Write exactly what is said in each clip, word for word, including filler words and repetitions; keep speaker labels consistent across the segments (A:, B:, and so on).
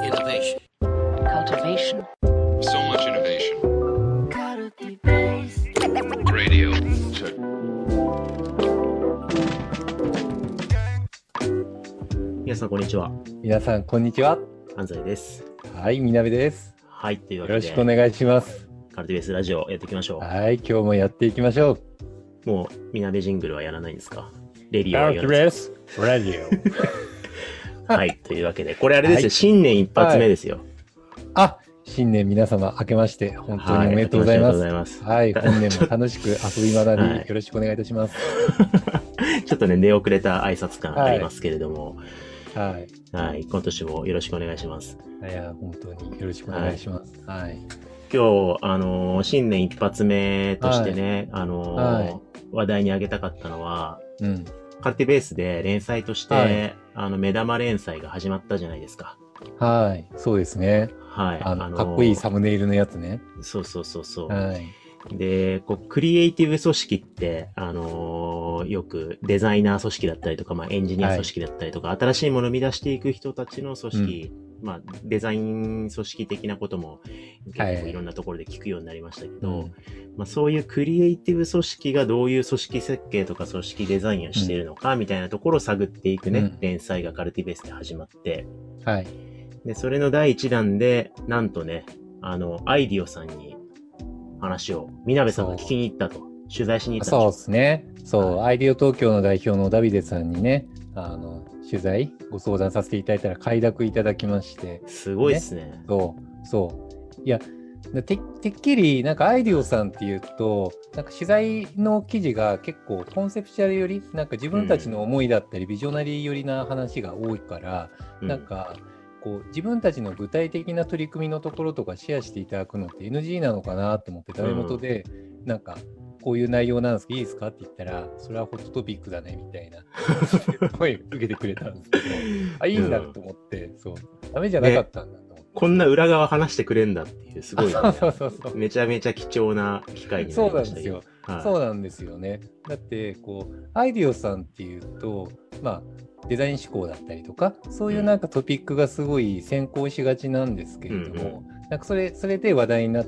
A: Innovation. Cultivation. So much innovation. Radio. Check.
B: 皆さんこんにちは。
C: 皆さんこんにちは。
B: 安西です。
C: はい、みなべです。
B: はい、というわけで
C: よろしくお願いします。
B: カルティベースラジオやっていきましょう。
C: はい、今日もやっていきましょ
B: う。もうみなべジングルはやらないんですか？レディオ
C: カ
B: は
C: ルティベースラジ
B: オ。はい、というわけでこれあれですよ、はい、新年一発目ですよ。
C: はい、あ、新年皆様明けまして本当におめでとうございます。
B: はい、ます
C: はい、本年も楽しく遊び学び、はい、よろしくお願いいたします。
B: ちょっとね、出遅れた挨拶感ありますけれども、
C: はい、
B: はい、今年もよろしくお願いします。
C: いや、本当によろしくお願いします。はい。はい、
B: 今日、あのー、新年一発目としてね、はい、あのーはい、話題に挙げたかったのは、うん、カルティベースで連載として、はい、あの、目玉連載が始まったじゃないですか。
C: はい、そうですね。
B: はい。
C: あの、あのー、かっこいいサムネイルのやつね。
B: そうそうそうそう。
C: はい。
B: で、こう、クリエイティブ組織って、あのー、よくデザイナー組織だったりとか、まあ、エンジニア組織だったりとか、はい、新しいものを生み出していく人たちの組織、うん、まあ、デザイン組織的なことも結構いろんなところで聞くようになりましたけど、はい、まあ、そういうクリエイティブ組織がどういう組織設計とか組織デザインをしているのか、みたいなところを探っていくね、うん、連載がカルティベースで始まって、
C: はい。
B: で、それのだいいちだんで、なんとね、あの、アイディオさんに、話を、みなべさんが聞きに行ったと、取材しに行ったん
C: そうですね。そう、はい、アイディオ東京の代表のダビデさんにね、あの、取材、ご相談させていただいたら快諾いただきまして。
B: すごいですね。
C: ね、そう、そう。いや、て, てっきり、なんかアイディオさんっていうと、なんか取材の記事が結構コンセプチュアルより、なんか自分たちの思いだったり、ビジョナリー寄りな話が多いから、うん、なんか、こう自分たちの具体的な取り組みのところとかシェアしていただくのって エヌジー なのかなと思ってダメ元で、うん、なんかこういう内容なんですけどいいですかって言ったらそれはホットトピックだねみたいな声を受けてくれたんですけどあいいんだと思って、うん、そうダメじゃなかったんだと思って、ね、
B: こんな裏側話してくれんだっていうすごい、ね、
C: そうそうそうそう
B: めちゃめちゃ貴重な機会になりましたけど。
C: そうなんですよ、はい、そうなんですよね。だってこうアイディオさんっていうとまあデザイン思考だったりとかそういうなんかトピックがすごい先行しがちなんですけれども、うんうん、なんかそれそれで話題になって、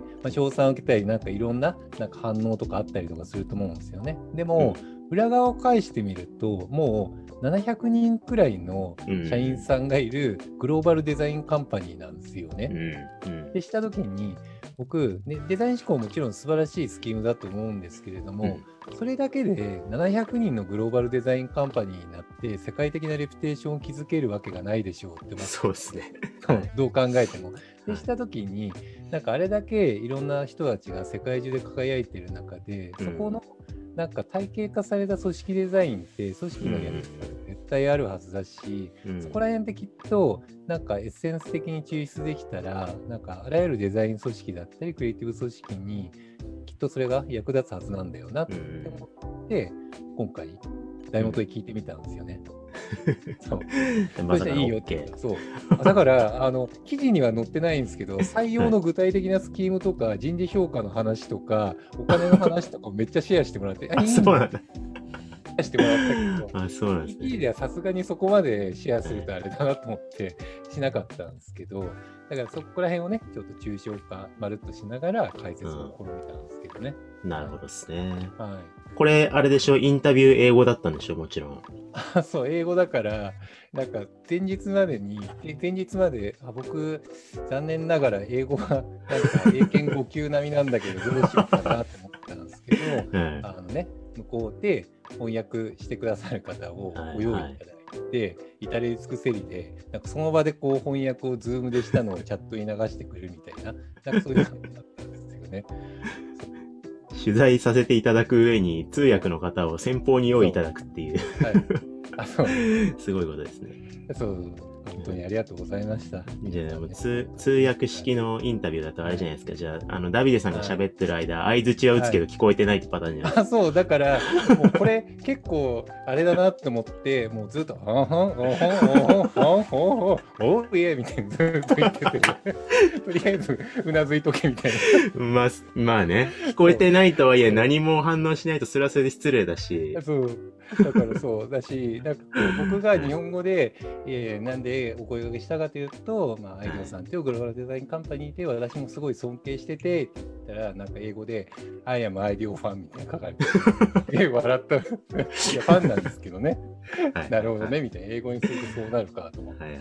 C: まあ、称賛を受けたりなんかいろんななんか反応とかあったりとかすると思うんですよね。でも、うん、裏側を返してみるともうななひゃくにんくらいの社員さんがいるグローバルデザインカンパニーなんですよね。うんうん、でした時に僕、ね、デザイン思考ももちろん素晴らしいスキームだと思うんですけれども、うん、それだけでななひゃくにんのグローバルデザインカンパニーになって世界的なレピュテーションを築けるわけがないでしょうって思って。
B: そうですね。
C: どう考えても。でした時になんかあれだけいろんな人たちが世界中で輝いている中で、うん、そこのなんか体系化された組織デザインって組織のやり方が絶対あるはずだし、うん、そこら辺できっとなんかエッセンス的に抽出できたらなんかあらゆるデザイン組織だったりクリエイティブ組織にきっとそれが役立つはずなんだよなって思って、うん、今回大元で聞いてみたんですよね。そう。そしたらいいよって。そう。だからあの記事には載ってないんですけど、採用の具体的なスキームとか人事評価の話とかお金の話とかめっちゃシェアしてもらって、
B: あ、そうなんだ。
C: してもらったけど、
B: あ、そうなんですね。
C: いいではさすがにそこまでシェアするとあれだなと思ってしなかったんですけど、だからそこら辺をねちょっと抽象化まるっとしながら解説を試みたんですけどね。
B: うん、なるほどですね。
C: はい。
B: これあれでしょ、インタビュー英語だったんでしょ、もちろん。
C: あ、そう、英語だからなんか前日までに前日まであ僕残念ながら英語はなんか英検ご級並みなんだけどどうしようかなと思ったんですけど、はい、あのね向こうで翻訳してくださる方をご用意いただいて、はいはい、至れり尽くせりでなんかその場でこう翻訳をズームでしたのをチャットに流してくれるみたいな、なんかそういう感じだったんですよね。
B: 取材させていただく上に通訳の方を先方に用意いただくっていう、はい、あそうすごいことですね。
C: そう本当にありがとうございました。
B: じゃあもう通通訳式のインタビューだとあれじゃないですか。じゃああのダビデさんが喋ってる間、相槌は打つけど聞こえてないってパターンじゃないですか。
C: はい、あそうだからもうこれ結構あれだなって思ってもうずっとあはんあはんあはんあはんおういえみたいにずっと言っててとりあえずうなずいとけみたいな。
B: まあまあね聞こえてないとはいえ何も反応しないとそれはそれで失礼だし。
C: そうだからそうだしなんか僕が日本語で、えー、なんででお声掛けしたかというと、まあ、アイディオさんというグローバルデザインカンパニーで私もすごい尊敬しててって言ったら、なんか英語で I am アイディオファンみたいな書かれてすげえ笑った。いや、ファンなんですけどね。はい、なるほどね、みたいな。英語にするとそうなるかと思って。はいはいはい。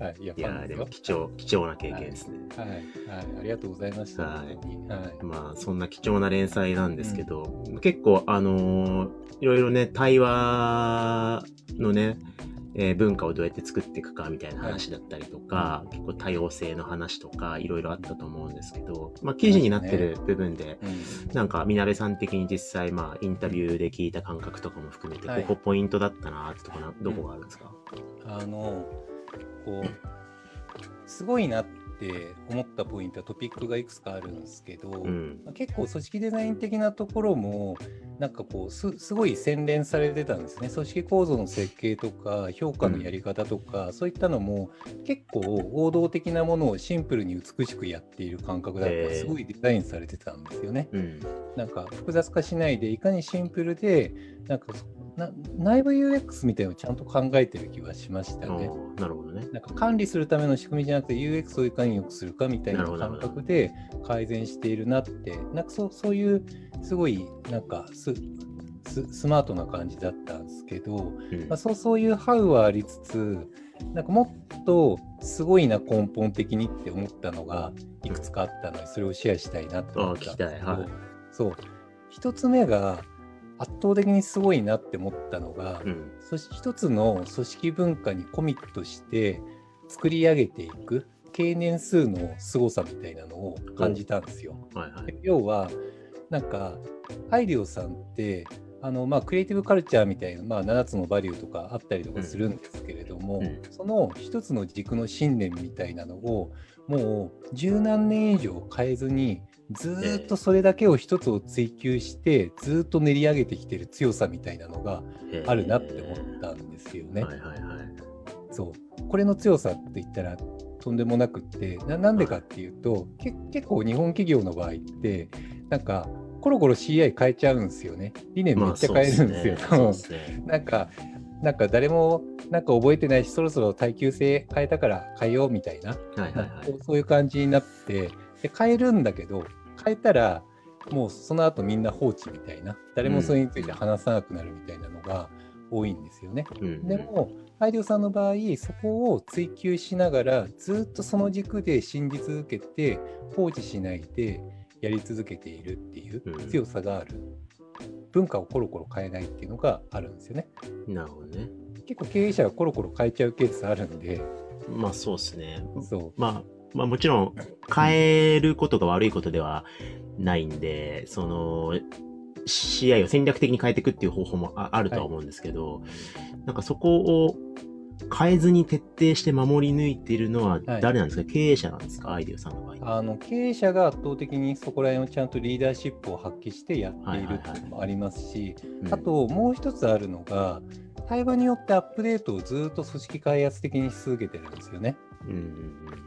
C: はい、いや、ファンですよ。
B: 貴重、貴重な経験ですね。
C: はい、はい、はい。ありがとうございました。はい。はい、
B: まあ、そんな貴重な連載なんですけど、うん、結構、あのー、いろいろね、対話のね、えー、文化をどうやって作っていくかみたいな話だったりとか、はい、結構多様性の話とかいろいろあったと思うんですけど、まあ記事になってる部分で、ね、うん、なんかみなべさん的に実際まあインタビューで聞いた感覚とかも含めて、ここポイントだったなってとこな、どこがあるんですか？
C: うん、あのこうすごいなって思ったポイントはトピックがいくつかあるんですけど、うん、結構組織デザイン的なところもなんかこう す, すごい洗練されてたんですね。組織構造の設計とか評価のやり方とか、うん、そういったのも結構王道的なものをシンプルに美しくやっている感覚だったらすごいデザインされてたんですよね。うん、なんか複雑化しないでいかにシンプルでなんかな内部 ユーエックス みたいなのをちゃんと考えてる気はしましたね。
B: なるほどね。
C: なんか管理するための仕組みじゃなくて ユーエックス をいかに良くするかみたいな感覚で改善しているなって、なんか そ, そういうすごいなんか ス, ス, スマートな感じだったんですけど、うんまあ、そうそういうハウはありつつ、なんかもっとすごいな根本的にって思ったのがいくつかあったので、それをシェアしたいなって思ったんですけど、はい、そう一つ目が圧倒的にすごいなって思ったのが、うん、そして一つの組織文化にコミットして作り上げていく経年数の凄さみたいなのを感じたんですよ。はいはい、要はなんかアイディオさんってあの、まあ、クリエイティブカルチャーみたいな、まあ、ななつのバリューとかあったりとかするんですけれども、うんうん、その一つの軸の信念みたいなのをもう十何年以上変えずにずっとそれだけを一つを追求してずっと練り上げてきてる強さみたいなのがあるなって思ったんですよね。はいはいはい、そうこれの強さって言ったらとんでもなくって な, なんでかっていうと、はい、け結構日本企業の場合ってなんかコロコロ シーアイ 変えちゃうんですよね。理念めっちゃ変えるんですよ。まあ、そうですね。なんかなんか誰もなんか覚えてないし、そろそろ耐久性変えたから変えようみたいな、はいはいはい、そういう感じになってで変えるんだけど、変えたらもうその後みんな放置みたいな、誰もそれについて話さなくなるみたいなのが多いんですよね。うん、でもアイディオさんの場合、そこを追求しながらずっとその軸で信じ続けて放置しないでやり続けているっていう強さがある、うん、文化をコロコロ変えないっていうのがあるんですよね。
B: なるほどね。
C: 結構経営者がコロコロ変えちゃうケースあるんで。
B: まあそうですね。そうまあまあもちろん変えることが悪いことではないんで、うん、その シーアイ を戦略的に変えていくっていう方法も あ, あるとは思うんですけど、はい、なんかそこを変えずに徹底して守り抜いているのは誰なんですか？はい、経営者なんですか？アイディオさんの場合。
C: あの経営者が圧倒的にそこら辺をちゃんとリーダーシップを発揮してやっているっていうのもありますし、あともう一つあるのが、対話によってアップデートをずっと組織開発的にし続けてるんですよね。うん、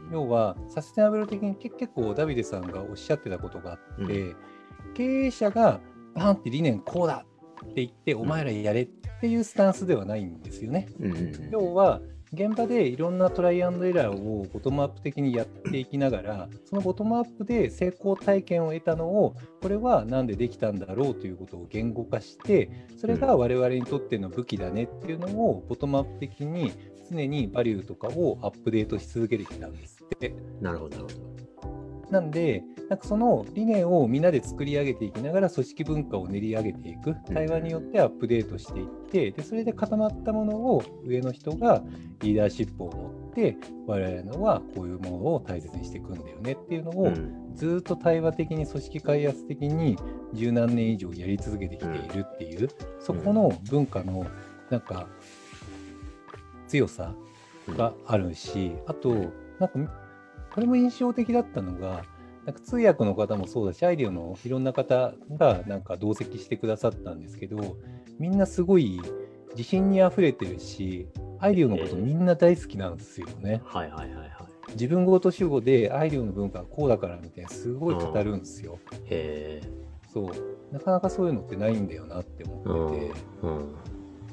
C: 要はサステナブル的に結構ダビデさんがおっしゃってたことがあって、うん、経営者がバーンって理念こうだって言ってお前らやれっていうスタンスではないんですよね。うん、要は現場でいろんなトライアンドエラーをボトムアップ的にやっていきながら、そのボトムアップで成功体験を得たのを、これはなんでできたんだろうということを言語化して、それが我々にとっての武器だねっていうのをボトムアップ的に常にバリューとかをアップデートし続けてきたんですって。
B: なるほどなるほど。
C: なんで、なんかその理念をみんなで作り上げていきながら組織文化を練り上げていく、対話によってアップデートしていって、でそれで固まったものを上の人がリーダーシップを持って、我々のはこういうものを大切にしていくんだよねっていうのを、ずっと対話的に組織開発的に十何年以上やり続けてきているっていう、そこの文化のなんか強さがあるし、あとなんかこれも印象的だったのが、なんか通訳の方もそうだし、アイディオのいろんな方がなんか同席してくださったんですけど、みんなすごい自信にあふれてるし、アイディオのことみんな大好きなんですよね。えー、はいはいはいはい。自分ごと主語でアイディオの文化はこうだからみたいなすごい語るんですよ。へえ。そう。なかなかそういうのってないんだよなって思ってて。うんうん、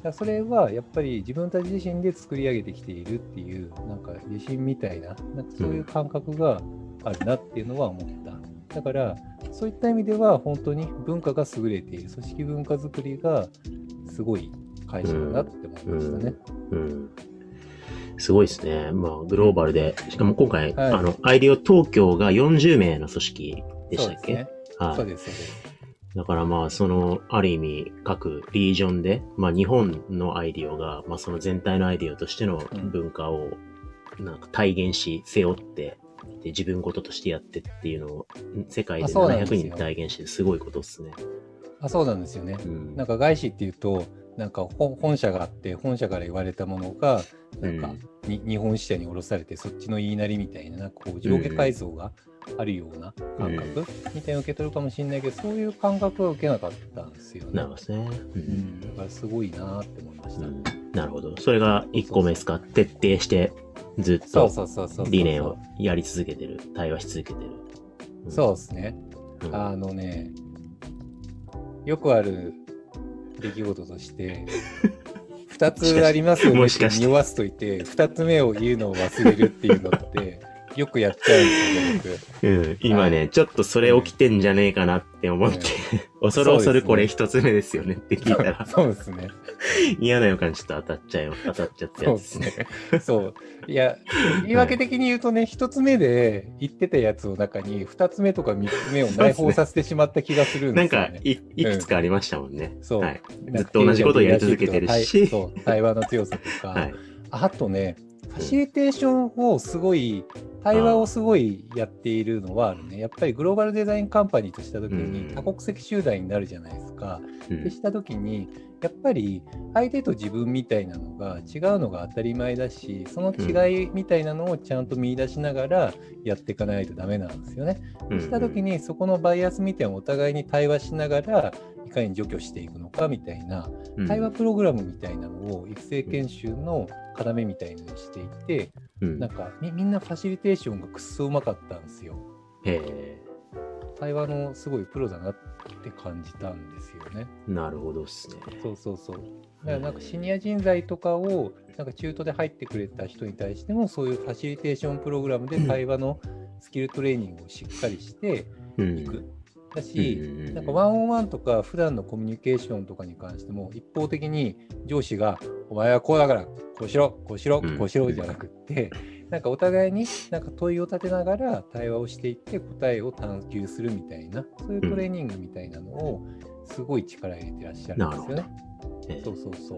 C: らそれはやっぱり自分たち自身で作り上げてきているっていうなんか自信みたいな、なんかそういう感覚があるなっていうのは思った。だからそういった意味では本当に文化が優れている、組織文化づくりがすごい会社だなって思いましたね。
B: うんうんうん、すごいですね。まあグローバルで、しかも今回、
C: はい、
B: あのアイディオ東京がよんじゅうめいの組織でしたっけ？
C: そうですね。はい、そうですそうです。
B: だからまあそのある意味各リージョンで、まあ日本のアイディオが、まあその全体のアイディオとしての文化をなんか体現し背負って、で自分事としてやってっていうのを世界でななひゃくにん体現してすごいことですね。
C: あ、そうなんですよね。うん、なんか外資っていうとなんか本社があって本社から言われたものがなんか、うん、日本支社に下ろされてそっちの言いなりみたいな、なんかこう上下階層があるような感覚、うん、みたいに受け取るかもしれないけど、そういう感覚は受けなかったんですよね。
B: なるほどね。
C: うん、だからすごいなって思いました。うん、
B: なるほど。それがいっこめですか？徹底してずっと理念をやり続けてる、対話し続けてる。
C: うん、そうですね。うん、あのね、よくある出来事としてふたつありますよねって匂わすといてふたつめを言うのを忘れるっていうのってよくやっちゃうんですよね、僕。
B: うん、今ね、はい、ちょっとそれ起きてんじゃねえかなって思って、うん、恐る恐るこれ一つ目ですよねって聞いたら。
C: そうですね。
B: 嫌な予感ちょっと当たっちゃうよ、当たっちゃったやつですね。
C: そうですね。そう。いや、言い訳的に言うとね、一、はい、つ目で言ってたやつの中に二つ目とか三つ目を内包させてしまった気がするんですよね。
B: なんかい、いくつかありましたもんね。
C: うん、そう、はい。
B: ずっと同じことをやり続けてるし。
C: そう、対話の強さとか。はい、あとね、ファシリテーションをすごい、対話をすごいやっているのはあるね。やっぱりグローバルデザインカンパニーとしたときに多国籍集団になるじゃないですか。うん、でしたときに、やっぱり相手と自分みたいなのが違うのが当たり前だし、その違いみたいなのをちゃんと見出しながらやっていかないとダメなんですよね。でしたときに、そこのバイアスみたいなのをお互いに対話しながら、いかに除去していくのかみたいな、対話プログラムみたいなのを育成研修の要みたいにしていて、うん、なんか み, みんなファシリテーションがくっそうまかったんですよ。
B: へ
C: ー。対話のすごいプロだなって感じたんですよね。
B: なるほどですね。
C: そうそうそう。だからなんかシニア人材とかをなんか中途で入ってくれた人に対してもそういうファシリテーションプログラムで対話のスキルトレーニングをしっかりしていく。うんだし、なんかワンオンワンとか普段のコミュニケーションとかに関しても一方的に上司がお前はこうだからこうしろこうしろこうしろじゃなくって、なんかお互いになんか問いを立てながら対話をしていって答えを探求するみたいな、そういうトレーニングみたいなのをすごい力入れてらっしゃるんですよね。そうそうそう。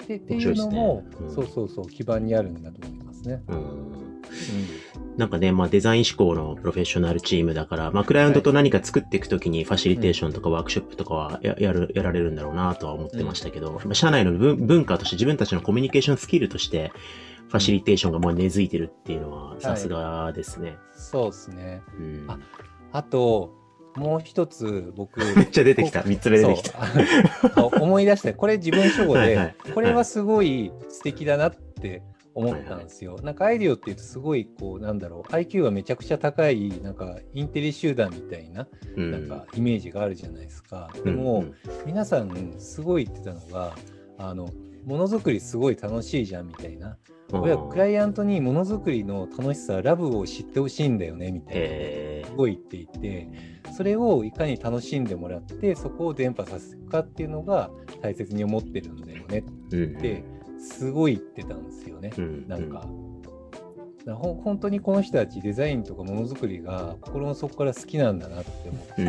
C: でっていうのも、ねうん、そうそうそう基盤にあるんだと思いますね。うん
B: うんなんかね、まあデザイン思考のプロフェッショナルチームだから、まあクライアントと何か作っていくときにファシリテーションとかワークショップとかは や, やる、やられるんだろうなとは思ってましたけど、うん、社内の文化として自分たちのコミュニケーションスキルとしてファシリテーションがもう根付いてるっていうのはさすがですね。はい、
C: そうですね。うん、あ, あと、もう一つ僕
B: めっちゃ出てきたみっつめ出てきた
C: 思い出してこれ自分書ではい、はい、これはすごい素敵だなって思ったんですよ。はいはい、なんかアイディオって言うとすごいこうなんだろう アイキュー がめちゃくちゃ高いなんかインテリ集団みたいな、うん、なんかイメージがあるじゃないですか。でも、うん、皆さんすごい言ってたのがあのものづくりすごい楽しいじゃんみたいな。俺はクライアントにものづくりの楽しさラブを知ってほしいんだよねみたいなすごい言っていて、それをいかに楽しんでもらってそこを伝播させるかっていうのが大切に思ってるんだよねってすごい言ってたんですよね。うん、なんかほ本当にこの人たちデザインとかものづくりが心の底から好きなんだなって思って、うん、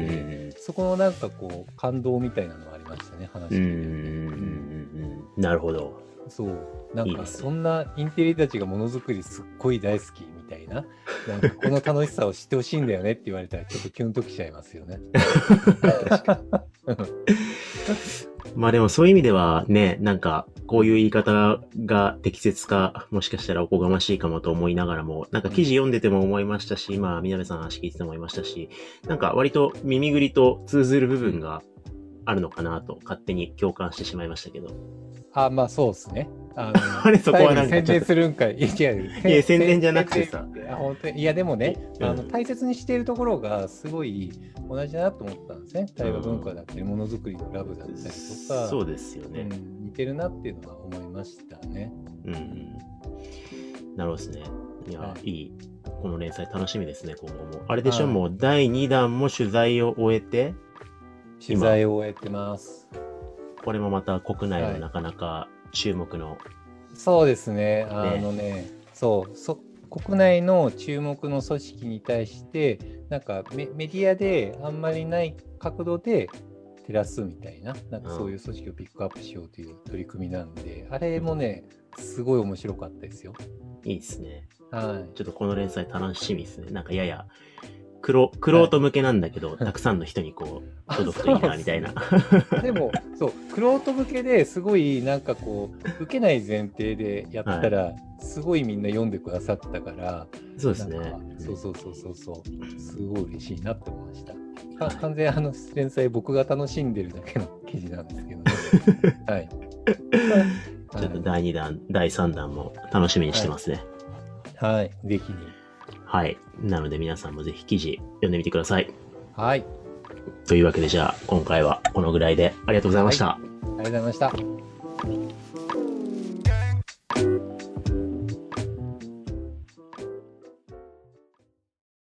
C: そこのなんかこう感動みたいなのがありましたね、話聞いてて。うん、
B: なるほど。
C: そうなんかそんなインテリたちがものづくりすっごい大好きみたいな、なんかこの楽しさを知ってほしいんだよねって言われたらちょっとキュンときちゃいますよね。
B: まあでもそういう意味ではね、なんかこういう言い方が適切か、もしかしたらおこがましいかもと思いながらも、なんか記事読んでても思いましたし、今、みなべさんの話聞いてても思いましたし、なんか割と耳ぐりと通ずる部分があるのかなと勝手に共感してしまいましたけど。
C: あ、まあそうですね。あの
B: あれそこはなんか
C: 宣伝するんかい。いや、違う。
B: いや、宣伝じゃなくてさ。
C: あ、本当に。いや、でもね、
B: うん、
C: あの大切にしているところがすごい同じだなと思ったんですね。対話文化だったり、ものづくりのラブだったりとか。
B: そうですよね、
C: うん。似てるなっていうのは思いましたね。
B: うん。なるほどですね。いや、はい、いい。この連載楽しみですね、今後も。あれでしょ、はい、もうだいにだんも取材を終えて
C: 取材を終えてます。
B: これもまた国内のなかなか注目の、はい、
C: そうですね。あのね、ねそうそ国内の注目の組織に対してなんか メ, メディアであんまりない角度で照らすみたいな、なんかそういう組織をピックアップしようという取り組みなんで、うん、あれもねすごい面白かったですよ。
B: いいですね。
C: はい。
B: ちょっとこの連載楽しみですね。なんかややクロクロート向けなんだけど、はい、たくさんの人にこう届くといいなみたいな。
C: でもそうクロート向けですごいなんかこう受けない前提でやったら、はい、すごいみんな読んでくださったから、
B: そうですね。
C: そうそうそうそうそうすごい嬉しいなって思いました。はい、完全あの連載僕が楽しんでるだけの記事なんですけどね。はい。
B: ちょっとだいにだん、だいさんだんも楽しみにしてますね。
C: はい、はい、ぜひに。
B: はい。なので皆さんもぜひ記事読んでみてください。
C: はい。
B: というわけでじゃあ今回はこのぐらいでありがとうございました。はい、
C: ありがとうございました。